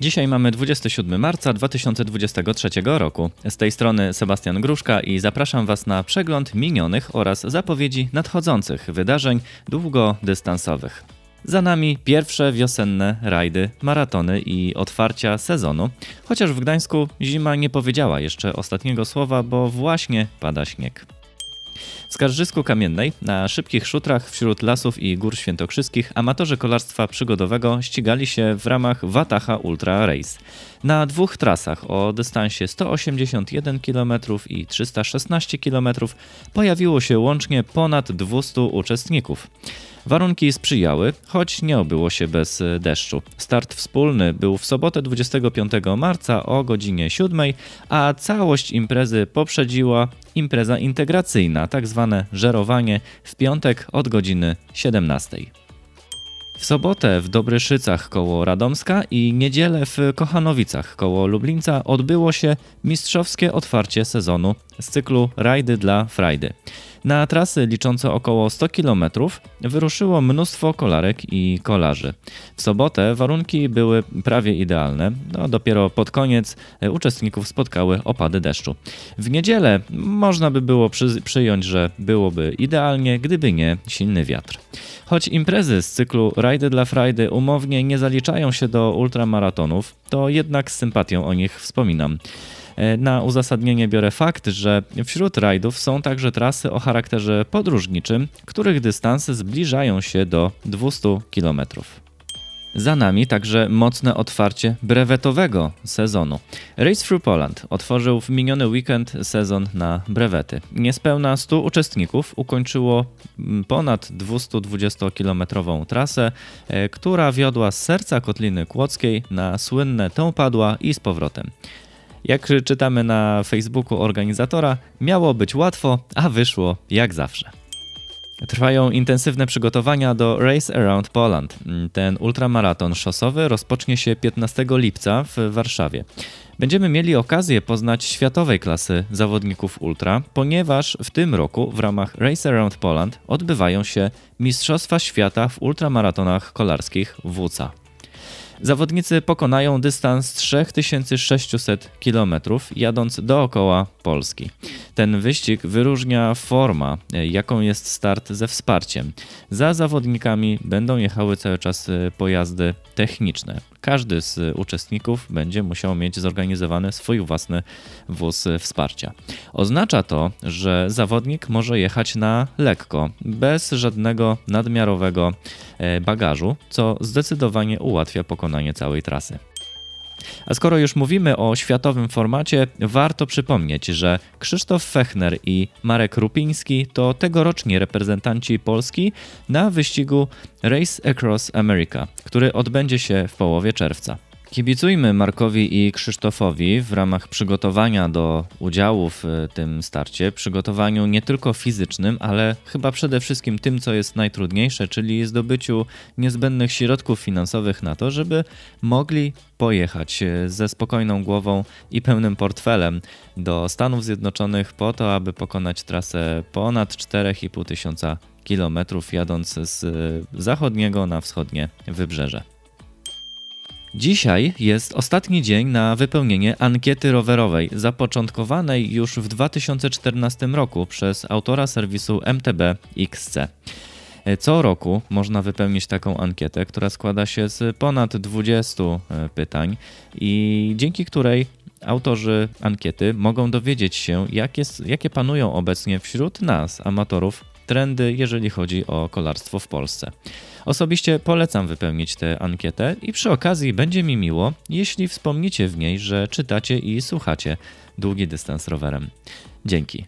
Dzisiaj mamy 27 marca 2023 roku. Z tej strony Sebastian Gruszka i zapraszam Was na przegląd minionych oraz zapowiedzi nadchodzących wydarzeń długodystansowych. Za nami pierwsze wiosenne rajdy, maratony i otwarcia sezonu, chociaż w Gdańsku zima nie powiedziała jeszcze ostatniego słowa, bo właśnie pada śnieg. W Skarżysku Kamiennej, na szybkich szutrach wśród lasów i gór świętokrzyskich, amatorzy kolarstwa przygodowego ścigali się w ramach Wataha Ultra Race. Na dwóch trasach o dystansie 181 km i 316 km pojawiło się łącznie ponad 200 uczestników. Warunki sprzyjały, choć nie obyło się bez deszczu. Start wspólny był w sobotę 25 marca o godzinie 7, a całość imprezy poprzedziła impreza integracyjna, tak zwane żerowanie, w piątek od godziny 17. W sobotę w Dobryszycach koło Radomska i niedzielę w Kochanowicach koło Lublińca odbyło się mistrzowskie otwarcie sezonu z cyklu Rajdy dla Frajdy. Na trasy liczące około 100 km wyruszyło mnóstwo kolarek i kolarzy. W sobotę warunki były prawie idealne, dopiero pod koniec uczestników spotkały opady deszczu. W niedzielę można by było przyjąć, że byłoby idealnie, gdyby nie silny wiatr. Choć imprezy z cyklu Rajdy dla Frajdy umownie nie zaliczają się do ultramaratonów, to jednak z sympatią o nich wspominam. Na uzasadnienie biorę fakt, że wśród rajdów są także trasy o charakterze podróżniczym, których dystanse zbliżają się do 200 km. Za nami także mocne otwarcie brewetowego sezonu. Race Through Poland otworzył w miniony weekend sezon na brewety. Niespełna 100 uczestników ukończyło ponad 220-kilometrową trasę, która wiodła z serca Kotliny Kłodzkiej na słynne Tąpadła i z powrotem. Jak czytamy na Facebooku organizatora, miało być łatwo, a wyszło jak zawsze. Trwają intensywne przygotowania do Race Around Poland. Ten ultramaraton szosowy rozpocznie się 15 lipca w Warszawie. Będziemy mieli okazję poznać światowej klasy zawodników ultra, ponieważ w tym roku w ramach Race Around Poland odbywają się Mistrzostwa Świata w ultramaratonach kolarskich WUCA. Zawodnicy pokonają dystans 3600 km jadąc dookoła Polski. Ten wyścig wyróżnia forma, jaką jest start ze wsparciem. Za zawodnikami będą jechały cały czas pojazdy techniczne. Każdy z uczestników będzie musiał mieć zorganizowany swój własny wóz wsparcia. Oznacza to, że zawodnik może jechać na lekko, bez żadnego nadmiarowego bagażu, co zdecydowanie ułatwia pokonanie całej trasy. A skoro już mówimy o światowym formacie, warto przypomnieć, że Krzysztof Fechner i Marek Rupiński to tegoroczni reprezentanci Polski na wyścigu Race Across America, który odbędzie się w połowie czerwca. Kibicujmy Markowi i Krzysztofowi w ramach przygotowania do udziału w tym starcie, przygotowaniu nie tylko fizycznym, ale chyba przede wszystkim tym, co jest najtrudniejsze, czyli zdobyciu niezbędnych środków finansowych na to, żeby mogli pojechać ze spokojną głową i pełnym portfelem do Stanów Zjednoczonych po to, aby pokonać trasę ponad 4,5 tysiąca kilometrów jadąc z zachodniego na wschodnie wybrzeże. Dzisiaj jest ostatni dzień na wypełnienie ankiety rowerowej, zapoczątkowanej już w 2014 roku przez autora serwisu MTB XC. Co roku można wypełnić taką ankietę, która składa się z ponad 20 pytań i dzięki której autorzy ankiety mogą dowiedzieć się, jakie panują obecnie wśród nas, amatorów, trendy, jeżeli chodzi o kolarstwo w Polsce. Osobiście polecam wypełnić tę ankietę i przy okazji będzie mi miło, jeśli wspomnicie w niej, że czytacie i słuchacie Długi Dystans Rowerem. Dzięki.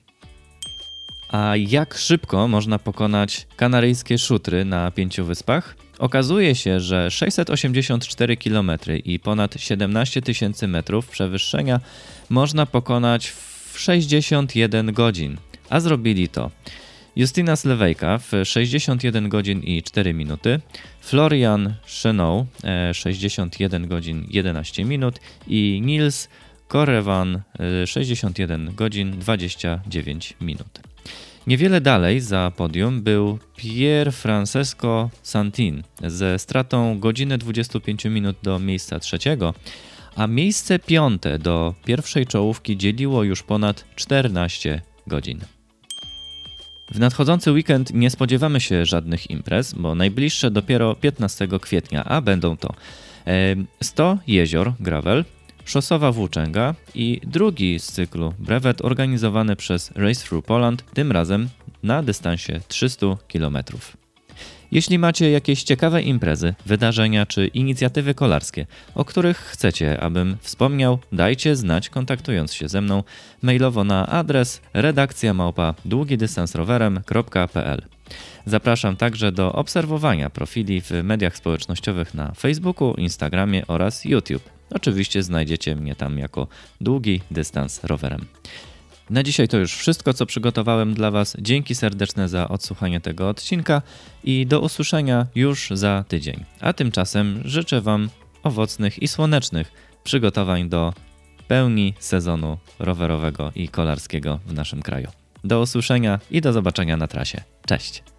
A jak szybko można pokonać kanaryjskie szutry na 5 wyspach? Okazuje się, że 684 km i ponad 17 tysięcy metrów przewyższenia można pokonać w 61 godzin, a zrobili to Justyna Slewejka w 61 godzin i 4 minuty, Florian Chenot 61 godzin 11 minut i Nils Korevan 61 godzin 29 minut. Niewiele dalej za podium był Pier Francesco Santin ze stratą godziny 25 minut do miejsca trzeciego, a miejsce piąte do pierwszej czołówki dzieliło już ponad 14 godzin. W nadchodzący weekend nie spodziewamy się żadnych imprez, bo najbliższe dopiero 15 kwietnia, a będą to 100 jezior gravel, szosowa włóczęga i drugi z cyklu brewet organizowany przez Race Through Poland, tym razem na dystansie 300 km. Jeśli macie jakieś ciekawe imprezy, wydarzenia czy inicjatywy kolarskie, o których chcecie, abym wspomniał, dajcie znać kontaktując się ze mną mailowo na adres redakcja@długidystansrowerem.pl. Zapraszam także do obserwowania profili w mediach społecznościowych na Facebooku, Instagramie oraz YouTube. Oczywiście znajdziecie mnie tam jako Długi Dystans Rowerem. Na dzisiaj to już wszystko, co przygotowałem dla Was. Dzięki serdeczne za odsłuchanie tego odcinka i do usłyszenia już za tydzień. A tymczasem życzę Wam owocnych i słonecznych przygotowań do pełni sezonu rowerowego i kolarskiego w naszym kraju. Do usłyszenia i do zobaczenia na trasie. Cześć!